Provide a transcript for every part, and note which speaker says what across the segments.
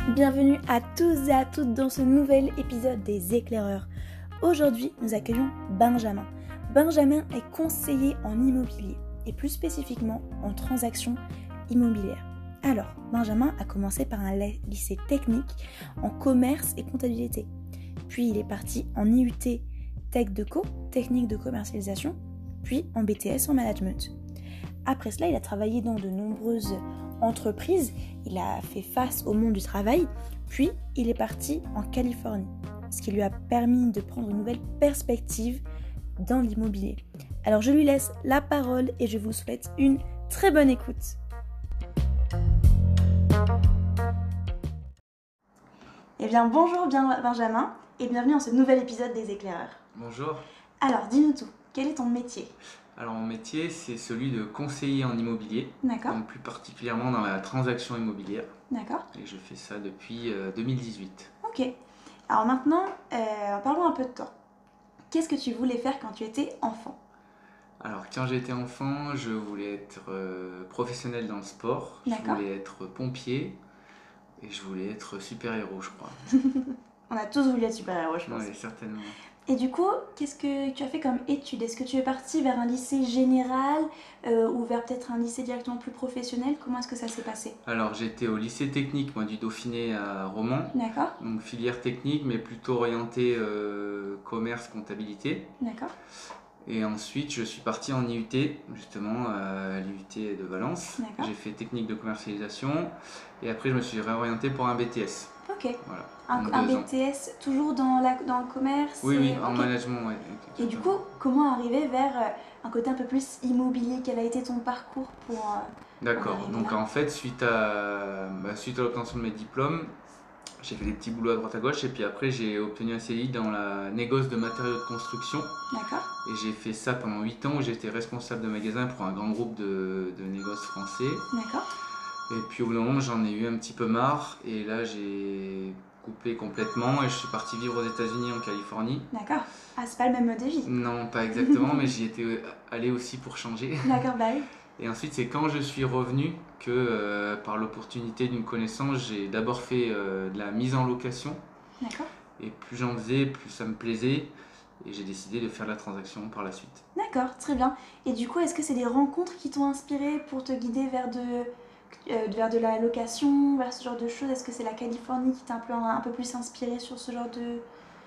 Speaker 1: Bienvenue à tous et à toutes dans ce nouvel épisode des éclaireurs. Aujourd'hui, nous accueillons Benjamin. Benjamin est conseiller en immobilier et plus spécifiquement en transactions immobilières. Alors, Benjamin a commencé par un lycée technique en commerce et comptabilité. Puis il est parti en IUT Tech Deco, technique de commercialisation, puis en BTS en management. Après cela, il a travaillé dans de nombreuses entreprises, il a fait face au monde du travail, puis il est parti en Californie, ce qui lui a permis de prendre une nouvelle perspective dans l'immobilier. Alors je lui laisse la parole et je vous souhaite une très bonne écoute. Eh bien bonjour Benjamin et bienvenue dans ce nouvel épisode des éclaireurs.
Speaker 2: Bonjour.
Speaker 1: Alors dis-nous tout, quel est ton métier ?
Speaker 2: Alors mon métier, c'est celui de conseiller en immobilier,
Speaker 1: D'accord.
Speaker 2: donc plus particulièrement dans la transaction immobilière.
Speaker 1: D'accord.
Speaker 2: Et je fais ça depuis 2018.
Speaker 1: Ok. Alors maintenant, parlons un peu de toi. Qu'est-ce que tu voulais faire quand tu étais enfant ?
Speaker 2: Alors quand j'étais enfant, je voulais être professionnel dans le sport.
Speaker 1: D'accord.
Speaker 2: Je voulais être pompier et je voulais être super-héros, je crois.
Speaker 1: On a tous voulu être super-héros, je pense.
Speaker 2: Oui, certainement.
Speaker 1: Et du coup, qu'est-ce que tu as fait comme études ? Est-ce que tu es parti vers un lycée général ou vers peut-être un lycée directement plus professionnel ? Comment est-ce que ça s'est passé ?
Speaker 2: Alors j'étais au lycée technique, moi, du Dauphiné à Romans.
Speaker 1: D'accord,
Speaker 2: Donc filière technique, mais plutôt orientée commerce, comptabilité.
Speaker 1: d'accord,
Speaker 2: Et ensuite, je suis parti en IUT, justement, à l'IUT de Valence.
Speaker 1: D'accord.
Speaker 2: J'ai fait technique de commercialisation. Et après, je me suis réorienté pour un BTS.
Speaker 1: ok.
Speaker 2: Voilà.
Speaker 1: Un BTS toujours dans le commerce ?
Speaker 2: Oui,
Speaker 1: ok.
Speaker 2: en management, oui.
Speaker 1: Et du coup, comment arriver vers un côté un peu plus immobilier ? Quel a été ton parcours pour...
Speaker 2: D'accord.
Speaker 1: arriver
Speaker 2: Donc
Speaker 1: là.
Speaker 2: en fait, suite à l'obtention de mes diplômes, j'ai fait des petits boulots à droite à gauche. Et puis après, j'ai obtenu un CDI dans la négoce de matériaux de construction.
Speaker 1: D'accord,
Speaker 2: Et j'ai fait ça pendant 8 ans où j'étais responsable de magasin pour un grand groupe de négoces français.
Speaker 1: d'accord,
Speaker 2: Et puis au bout d'un moment, j'en ai eu un petit peu marre. Et là, j'ai coupé complètement et je suis parti vivre aux États-Unis, en Californie.
Speaker 1: d'accord. Ah, c'est pas le même mode de vie.
Speaker 2: Non, pas exactement, mais j'y étais allé aussi pour changer.
Speaker 1: D'accord, bah oui.
Speaker 2: Et ensuite, c'est quand je suis revenu que, par l'opportunité d'une connaissance, j'ai d'abord fait de la mise en location.
Speaker 1: D'accord.
Speaker 2: Et plus j'en faisais, plus ça me plaisait. Et j'ai décidé de faire la transaction par la suite.
Speaker 1: D'accord, très bien. Et du coup, est-ce que c'est des rencontres qui t'ont inspiré pour te guider vers de la location, vers ce genre de choses ? Est-ce que c'est la Californie qui t'a un peu plus inspiré sur ce genre de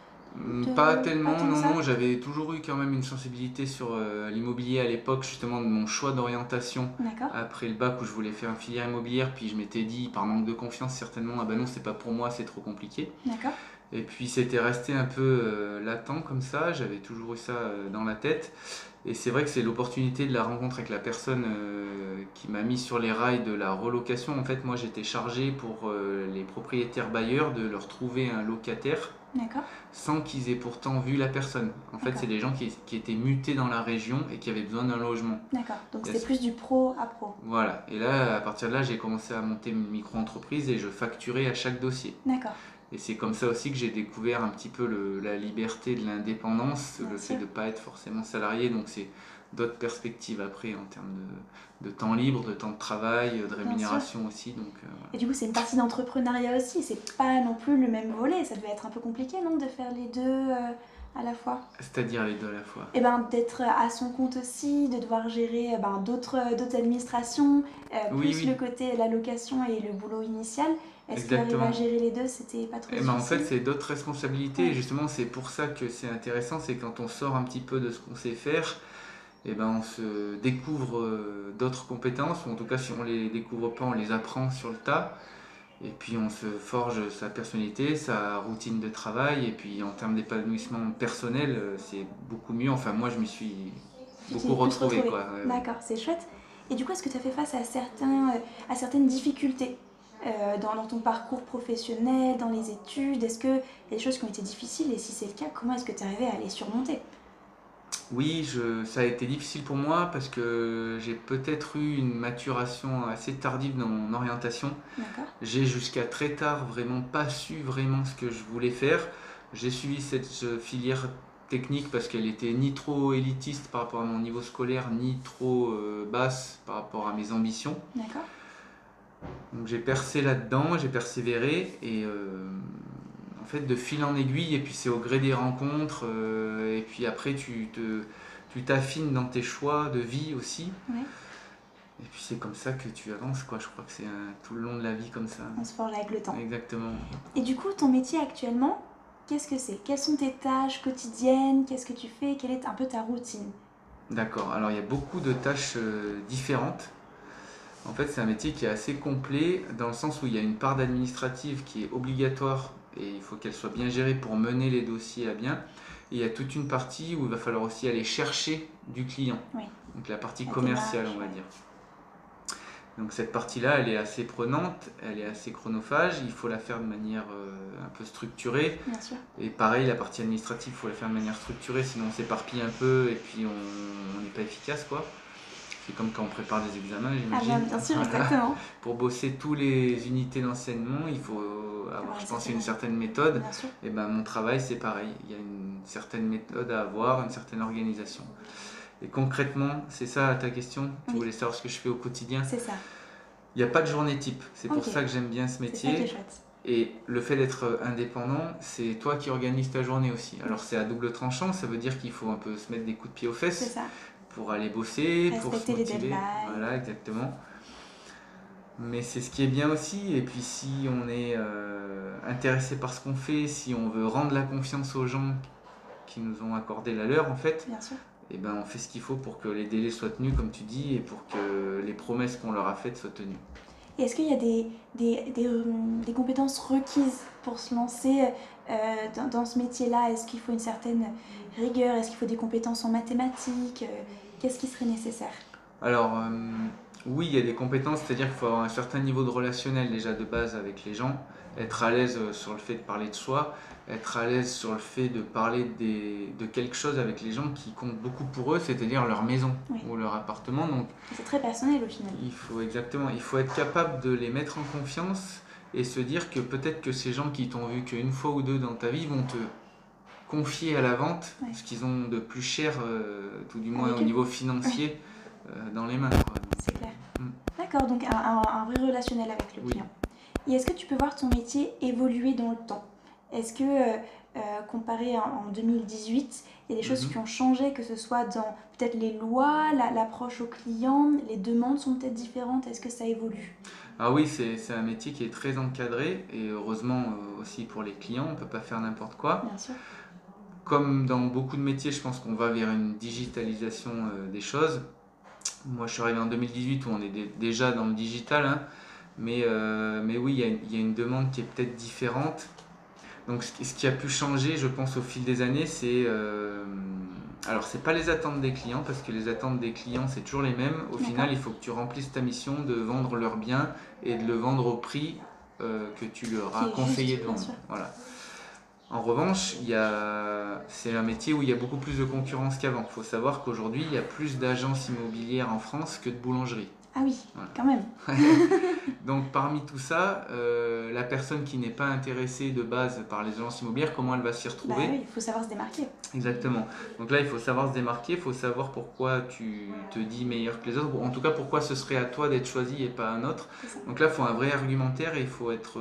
Speaker 2: Pas tellement,
Speaker 1: tant que ça ?
Speaker 2: non, j'avais toujours eu quand même une sensibilité sur l'immobilier à l'époque, justement de mon choix d'orientation.
Speaker 1: D'accord,
Speaker 2: Après le bac où je voulais faire une filière immobilière, puis je m'étais dit, par manque de confiance certainement, ah ben non, c'est pas pour moi, c'est trop compliqué.
Speaker 1: d'accord,
Speaker 2: Et puis c'était resté un peu latent comme ça, j'avais toujours eu ça dans la tête. Et c'est vrai que c'est l'opportunité de la rencontre avec la personne qui m'a mis sur les rails de la relocation. En fait, moi j'étais chargé pour les propriétaires bailleurs de leur trouver un locataire
Speaker 1: d'accord,
Speaker 2: sans qu'ils aient pourtant vu la personne. En fait,
Speaker 1: D'accord.
Speaker 2: c'est des gens qui étaient mutés dans la région et qui avaient besoin d'un logement.
Speaker 1: d'accord. Donc
Speaker 2: Yes.
Speaker 1: c'était plus du pro à pro.
Speaker 2: Voilà. Et là, à partir de là, j'ai commencé à monter une micro-entreprise et je facturais à chaque dossier.
Speaker 1: D'accord,
Speaker 2: Et c'est comme ça aussi que j'ai découvert un petit peu la liberté de l'indépendance,
Speaker 1: Bien
Speaker 2: le
Speaker 1: sûr.
Speaker 2: fait de ne pas être forcément salarié. Donc c'est d'autres perspectives après en termes de temps libre, de temps de travail, de rémunération aussi. Donc, voilà.
Speaker 1: Et du coup, c'est une partie d'entrepreneuriat aussi. C'est pas non plus le même volet. Ça devait être un peu compliqué, non, de faire les deux à la fois ?
Speaker 2: C'est-à-dire les deux à la fois.
Speaker 1: Et ben, d'être à son compte aussi, de devoir gérer d'autres administrations,
Speaker 2: Oui,
Speaker 1: plus
Speaker 2: oui.
Speaker 1: le côté la location et le boulot initial. Est-ce qu'arriver
Speaker 2: Exactement.
Speaker 1: à gérer les deux, c'était pas trop
Speaker 2: Eh
Speaker 1: difficile ?
Speaker 2: ben, en fait, c'est d'autres responsabilités.
Speaker 1: Ouais.
Speaker 2: Et justement, c'est pour ça que c'est intéressant. C'est quand on sort un petit peu de ce qu'on sait faire, eh ben, on se découvre d'autres compétences. Ou en tout cas, si on les découvre pas, on les apprend sur le tas. Et puis, on se forge sa personnalité, sa routine de travail. Et puis, en termes d'épanouissement personnel, c'est beaucoup mieux. Enfin, moi, je me suis
Speaker 1: Tu t'es
Speaker 2: beaucoup
Speaker 1: plus
Speaker 2: retrouvé,
Speaker 1: retrouvé.
Speaker 2: quoi. Ouais.
Speaker 1: D'accord, c'est chouette. Et du coup, est-ce que tu as fait face à certaines difficultés dans ton parcours professionnel, dans les études ? Est-ce qu'il y a des choses qui ont été difficiles ? Et si c'est le cas, comment est-ce que tu es arrivé à les surmonter ?
Speaker 2: Oui, ça a été difficile pour moi parce que j'ai peut-être eu une maturation assez tardive dans mon orientation.
Speaker 1: D'accord,
Speaker 2: J'ai jusqu'à très tard vraiment pas su vraiment ce que je voulais faire. J'ai suivi cette filière technique parce qu'elle était ni trop élitiste par rapport à mon niveau scolaire, ni trop basse par rapport à mes ambitions.
Speaker 1: d'accord,
Speaker 2: Donc j'ai percé là-dedans, j'ai persévéré et en fait de fil en aiguille et puis c'est au gré des rencontres et puis après tu t'affines dans tes choix de vie aussi.
Speaker 1: Ouais.
Speaker 2: Et puis c'est comme ça que tu avances quoi, je crois que c'est tout le long de la vie comme ça.
Speaker 1: On se forge avec le temps.
Speaker 2: Exactement.
Speaker 1: Et du coup, ton métier actuellement, qu'est-ce que c'est? Quelles sont tes tâches quotidiennes? Qu'est-ce que tu fais? Quelle est un peu ta routine?
Speaker 2: D'accord, alors il y a beaucoup de tâches différentes. En fait, c'est un métier qui est assez complet dans le sens où il y a une part d'administrative qui est obligatoire et il faut qu'elle soit bien gérée pour mener les dossiers à bien. Et il y a toute une partie où il va falloir aussi aller chercher du client.
Speaker 1: Oui.
Speaker 2: Donc la partie
Speaker 1: La
Speaker 2: commerciale,
Speaker 1: démarche,
Speaker 2: on va
Speaker 1: ouais.
Speaker 2: dire. Donc cette partie-là, elle est assez prenante, elle est assez chronophage, il faut la faire de manière un peu structurée.
Speaker 1: Bien sûr.
Speaker 2: Et pareil, la partie administrative, il faut la faire de manière structurée, sinon on s'éparpille un peu et puis on n'est pas efficace, quoi. C'est comme quand on prépare des examens,
Speaker 1: Ah
Speaker 2: j'imagine.
Speaker 1: bien sûr,
Speaker 2: Voilà.
Speaker 1: exactement.
Speaker 2: Pour bosser toutes les unités d'enseignement, il faut avoir, je pense, une certaine méthode.
Speaker 1: Bien sûr.
Speaker 2: Et ben, mon travail, c'est pareil. Il y a une certaine méthode à avoir, une certaine organisation. Et concrètement, c'est ça ta question? Tu
Speaker 1: Oui.
Speaker 2: voulais savoir ce que je fais au quotidien?
Speaker 1: C'est ça.
Speaker 2: Il n'y a pas de journée type. C'est pour
Speaker 1: Ok.
Speaker 2: ça que j'aime bien ce
Speaker 1: C'est ça qui
Speaker 2: métier.
Speaker 1: est chouette.
Speaker 2: Et le fait d'être indépendant, c'est toi qui organises ta journée aussi. Alors c'est à double tranchant, ça veut dire qu'il faut un peu se mettre des coups de pied aux
Speaker 1: C'est
Speaker 2: fesses
Speaker 1: ça.
Speaker 2: pour aller bosser, pour se
Speaker 1: Respecter les
Speaker 2: motiver.
Speaker 1: deadlines.
Speaker 2: Voilà, exactement. Mais c'est ce qui est bien aussi. Et puis si on est intéressé par ce qu'on fait, si on veut rendre la confiance aux gens qui nous ont accordé la leur, en fait,
Speaker 1: Bien sûr.
Speaker 2: et ben on fait ce qu'il faut pour que les délais soient tenus, comme tu dis, et pour que les promesses qu'on leur a faites soient tenues.
Speaker 1: Et est-ce qu'il y a des compétences requises pour se lancer dans ce métier-là? Est-ce qu'il faut une certaine rigueur? Est-ce qu'il faut des compétences en mathématiques? Qu'est-ce qui serait nécessaire?
Speaker 2: Alors, oui, il y a des compétences, c'est-à-dire qu'il faut avoir un certain niveau de relationnel déjà de base avec les gens, être à l'aise sur le fait de parler de soi, être à l'aise sur le fait de parler de quelque chose avec les gens qui comptent beaucoup pour eux, c'est-à-dire leur maison
Speaker 1: Oui.
Speaker 2: ou leur appartement. Donc,
Speaker 1: C'est très personnel au final.
Speaker 2: il faut être capable de les mettre en confiance et se dire que peut-être que ces gens qui t'ont vu qu'une fois ou deux dans ta vie vont te confier à la vente
Speaker 1: Ouais.
Speaker 2: ce qu'ils ont de plus cher, tout du moins
Speaker 1: Avec
Speaker 2: au
Speaker 1: eux.
Speaker 2: niveau financier, dans les mains, quoi.
Speaker 1: C'est clair.
Speaker 2: Mm.
Speaker 1: D'accord, donc un vrai relationnel avec le
Speaker 2: Oui.
Speaker 1: client. Et est-ce que tu peux voir ton métier évoluer dans le temps? Est-ce que, comparé en 2018, il y a des choses
Speaker 2: Mhm.
Speaker 1: qui ont changé, que ce soit dans peut-être les lois, l'approche aux clients, les demandes sont peut-être différentes? Est-ce que ça évolue?
Speaker 2: Ah oui, c'est un métier qui est très encadré et heureusement aussi pour les clients, on ne peut pas faire n'importe quoi.
Speaker 1: Bien sûr.
Speaker 2: Comme dans beaucoup de métiers, je pense qu'on va vers une digitalisation des choses. Moi, je suis arrivé en 2018 où on est déjà dans le digital, hein, mais oui, il y a une demande qui est peut-être différente. Donc, ce qui a pu changer, je pense, au fil des années, c'est... alors, c'est pas les attentes des clients, parce que les attentes des clients, c'est toujours les mêmes. Au final, il faut que tu remplisses ta mission de vendre leur bien et de le vendre au prix que tu leur as
Speaker 1: Qui est
Speaker 2: conseillé
Speaker 1: juste,
Speaker 2: de
Speaker 1: bien
Speaker 2: vendre.
Speaker 1: sûr.
Speaker 2: Voilà. En revanche, c'est un métier où il y a beaucoup plus de concurrence qu'avant. Il faut savoir qu'aujourd'hui, il y a plus d'agences immobilières en France que de boulangeries.
Speaker 1: Ah oui,
Speaker 2: Voilà.
Speaker 1: quand même.
Speaker 2: Donc parmi tout ça, la personne qui n'est pas intéressée de base par les agences immobilières, comment elle va s'y
Speaker 1: Bah
Speaker 2: retrouver?
Speaker 1: oui, il faut savoir se démarquer.
Speaker 2: Exactement. Donc là, il faut savoir se démarquer, il faut savoir pourquoi tu te dis meilleur que les autres, ou en tout cas pourquoi ce serait à toi d'être choisi et pas un autre.
Speaker 1: C'est ça.
Speaker 2: Donc là, il faut un vrai argumentaire et il faut être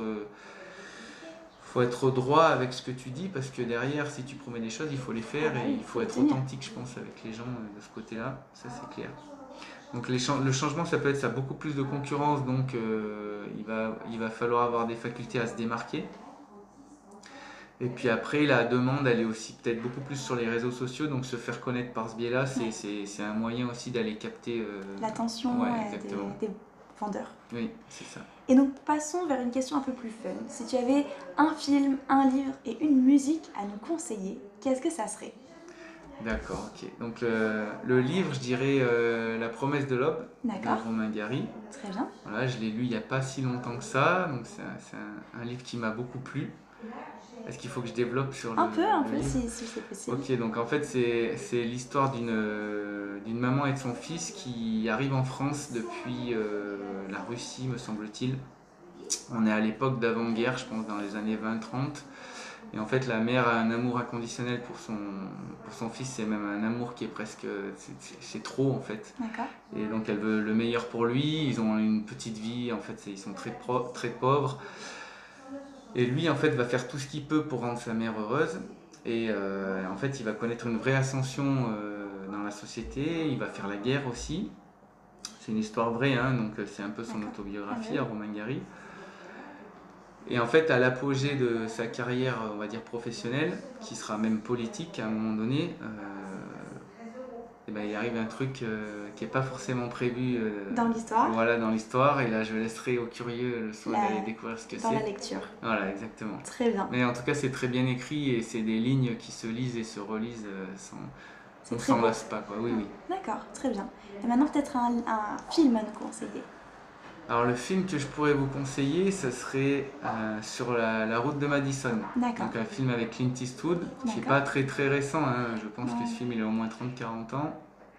Speaker 2: droit avec ce que tu dis, parce que derrière, si tu promets des choses, il faut les faire
Speaker 1: Ah bah
Speaker 2: et
Speaker 1: oui,
Speaker 2: il faut être
Speaker 1: tenir.
Speaker 2: authentique, je pense, avec les gens de ce côté-là. Ça, c'est clair. Donc le changement, ça peut être ça, beaucoup plus de concurrence, donc il va falloir avoir des facultés à se démarquer. Et puis après, la demande, elle est aussi peut-être beaucoup plus sur les réseaux sociaux, donc se faire connaître par ce biais-là, c'est un moyen aussi d'aller capter...
Speaker 1: L'attention
Speaker 2: Ouais, exactement.
Speaker 1: des vendeurs.
Speaker 2: Oui, c'est ça.
Speaker 1: Et donc passons vers une question un peu plus fun. Si tu avais un film, un livre et une musique à nous conseiller, qu'est-ce que ça serait?
Speaker 2: D'accord, ok. Donc le livre, je dirais La promesse de l'aube, de
Speaker 1: D'accord,
Speaker 2: Romain Gary.
Speaker 1: très bien.
Speaker 2: Voilà, je l'ai lu il n'y a pas si longtemps que ça, donc c'est un livre qui m'a beaucoup plu. Est-ce qu'il faut que je développe sur
Speaker 1: Un peu,
Speaker 2: le livre?
Speaker 1: si c'est possible.
Speaker 2: Ok, donc en fait c'est l'histoire d'une maman et de son fils qui arrivent en France depuis la Russie, me semble-t-il. On est à l'époque d'avant-guerre, je pense dans les années 20-30. Et en fait, la mère a un amour inconditionnel pour son fils, c'est même un amour qui est presque, c'est trop en fait.
Speaker 1: D'accord.
Speaker 2: Et donc elle veut le meilleur pour lui, ils ont une petite vie, en fait ils sont très pauvres. Et lui en fait va faire tout ce qu'il peut pour rendre sa mère heureuse. Et en fait il va connaître une vraie ascension dans la société, il va faire la guerre aussi. C'est une histoire vraie, hein, donc c'est un peu son autobiographie à Romain Gary. Et en fait, à l'apogée de sa carrière, on va dire professionnelle, qui sera même politique à un moment donné, et ben, il arrive un truc qui n'est pas forcément prévu
Speaker 1: dans l'histoire.
Speaker 2: Voilà, dans l'histoire. Et là, je laisserai aux curieux le soin d'aller découvrir ce que c'est.
Speaker 1: Dans la lecture.
Speaker 2: Voilà, exactement.
Speaker 1: Très bien.
Speaker 2: Mais en tout cas, c'est très bien écrit et c'est des lignes qui se lisent et se relisent on ne s'en lasse pas, quoi. Oui, oui.
Speaker 1: D'accord, très bien. Et maintenant, peut-être un film à nous conseiller.
Speaker 2: Alors le film que je pourrais vous conseiller, ce serait Sur la route de Madison.
Speaker 1: D'accord.
Speaker 2: Donc un film avec Clint Eastwood, qui n'est pas très très récent, hein. Je pense que ce film il a au moins 30-40 ans.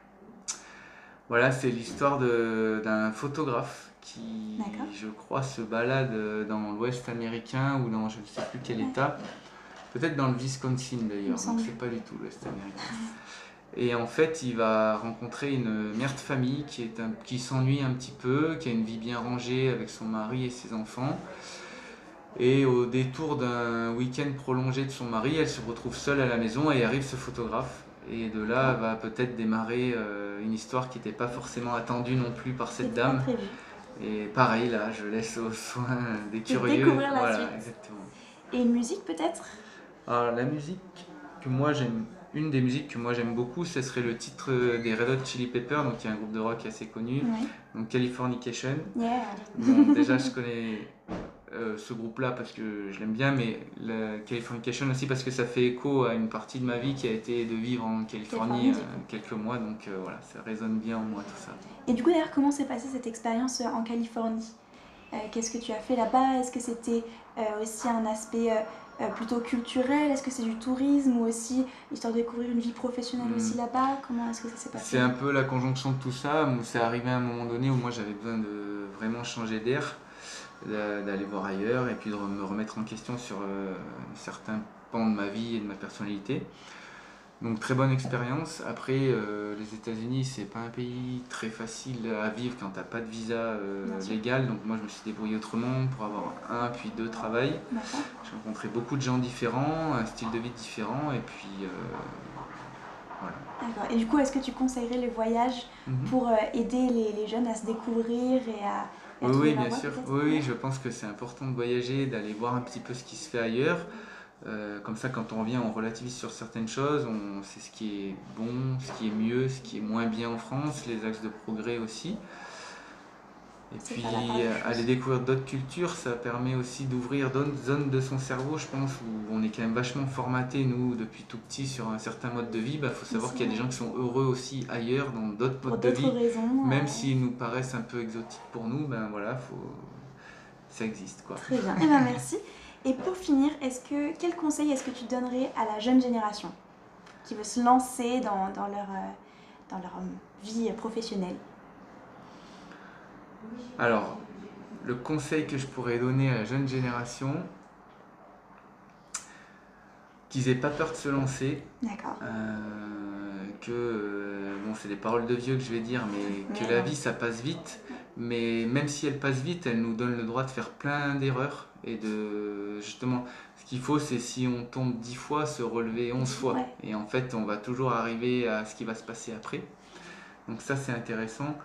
Speaker 2: Voilà, c'est l'histoire d'un photographe qui, je crois, se balade dans l'ouest américain ou dans je ne sais plus quel état. Peut-être dans le Wisconsin d'ailleurs, donc c'est pas du tout l'ouest américain. Et en fait, il va rencontrer une mère de famille qui s'ennuie un petit peu, qui a une vie bien rangée avec son mari et ses enfants. Et au détour d'un week-end prolongé de son mari, elle se retrouve seule à la maison et arrive ce photographe. Et de là va peut-être démarrer une histoire qui n'était pas forcément attendue non plus par cette dame. Et pareil, là, je laisse au soin des curieux.
Speaker 1: Découvrir la suite.
Speaker 2: Exactement.
Speaker 1: Et une musique peut-être ?
Speaker 2: Alors la musique que moi j'aime. Une des musiques que moi j'aime beaucoup, ce serait le titre des Red Hot Chili Peppers, donc il y a un groupe de rock assez connu, donc Californication.
Speaker 1: Yeah.
Speaker 2: Bon, déjà je connais ce groupe-là parce que je l'aime bien, mais la Californication aussi parce que ça fait écho à une partie de ma vie qui a été de vivre en Californie quelques mois, donc voilà, ça résonne bien en moi tout ça.
Speaker 1: Et du coup d'ailleurs, comment s'est passée cette expérience en Californie ? Qu'est-ce que tu as fait là-bas ? Est-ce que c'était aussi un aspect plutôt culturel ? Est-ce que c'est du tourisme ou aussi histoire de découvrir une vie professionnelle aussi là-bas ? Comment est-ce que ça s'est passé ?
Speaker 2: C'est un peu la conjonction de tout ça. C'est arrivé à un moment donné où moi j'avais besoin de vraiment changer d'air, d'aller voir ailleurs et puis de me remettre en question sur certains pans de ma vie et de ma personnalité. Donc très bonne expérience. Après, les États-Unis, c'est pas un pays très facile à vivre quand t'as pas de visa légal. Donc moi, je me suis débrouillé autrement pour avoir un puis deux travails. J'ai rencontré beaucoup de gens différents, un style de vie différent, et puis voilà.
Speaker 1: D'accord. Et du coup, est-ce que tu conseillerais le voyage pour aider les jeunes à se découvrir et à
Speaker 2: oui, bien sûr. Oui, je pense que c'est important de voyager, d'aller voir un petit peu ce qui se fait ailleurs. Comme ça, quand on revient, on relativise sur certaines choses, on sait ce qui est bon, ce qui est mieux, ce qui est moins bien en France, les axes de progrès aussi. Et puis, aller découvrir d'autres cultures, ça permet aussi d'ouvrir d'autres zones de son cerveau, je pense, où on est quand même vachement formaté, nous, depuis tout petit, sur un certain mode de vie. Faut savoir qu'il y a des gens qui sont heureux aussi ailleurs, dans d'autres modes de vie.
Speaker 1: Raisons,
Speaker 2: même s'ils nous paraissent un peu exotiques pour nous, voilà, ça existe, quoi.
Speaker 1: Très bien, merci. Et pour finir, quel conseil est-ce que tu donnerais à la jeune génération qui veut se lancer dans leur vie professionnelle ?
Speaker 2: Alors, le conseil que je pourrais donner à la jeune génération, qu'ils n'aient pas peur de se lancer.
Speaker 1: D'accord.
Speaker 2: C'est des paroles de vieux que je vais dire, mais que la vie, ça passe vite. Mais même si elle passe vite, elle nous donne le droit de faire plein d'erreurs. Et justement, ce qu'il faut, c'est si on tombe 10 fois, se relever 11 fois. Ouais. Et en fait, on va toujours arriver à ce qui va se passer après. Donc ça, c'est intéressant.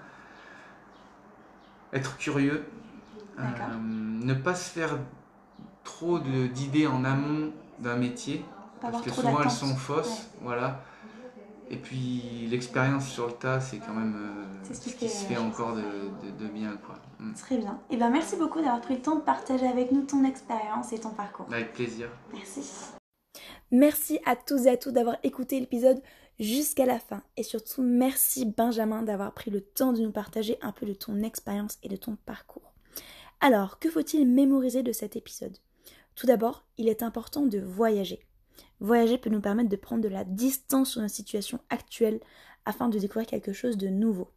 Speaker 2: Être curieux. Ne pas se faire trop d'idées en amont d'un métier. Parce que souvent, elles sont fausses. Ouais. Voilà. Et puis l'expérience sur le tas, c'est quand même ce qui se fait encore de bien, quoi.
Speaker 1: Très bien. Et merci beaucoup d'avoir pris le temps de partager avec nous ton expérience et ton parcours.
Speaker 2: Avec plaisir.
Speaker 1: Merci. Merci à tous et à toutes d'avoir écouté l'épisode jusqu'à la fin. Et surtout, merci Benjamin d'avoir pris le temps de nous partager un peu de ton expérience et de ton parcours. Alors, que faut-il mémoriser de cet épisode ? Tout d'abord, il est important de voyager. Voyager peut nous permettre de prendre de la distance sur notre situation actuelle afin de découvrir quelque chose de nouveau.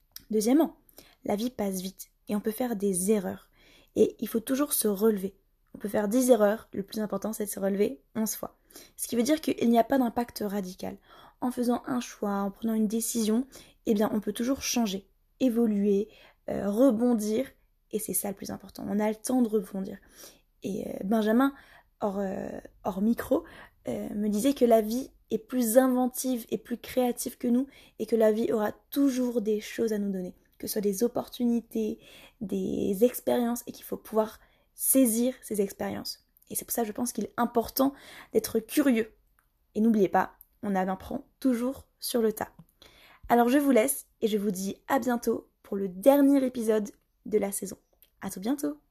Speaker 1: Deuxièmement, la vie passe vite et on peut faire des erreurs. Et il faut toujours se relever. On peut faire 10 erreurs, le plus important c'est de se relever 11 fois. Ce qui veut dire qu'il n'y a pas d'impact radical. En faisant un choix, en prenant une décision, eh bien on peut toujours changer, évoluer, rebondir, et c'est ça le plus important. On a le temps de rebondir. Et Benjamin, hors micro, me disait que la vie est plus inventive et plus créative que nous, et que la vie aura toujours des choses à nous donner, que ce soit des opportunités, des expériences, et qu'il faut pouvoir saisir ces expériences. Et c'est pour ça que je pense qu'il est important d'être curieux. Et n'oubliez pas, on en apprend toujours sur le tas. Alors je vous laisse et je vous dis à bientôt pour le dernier épisode de la saison. À tout bientôt!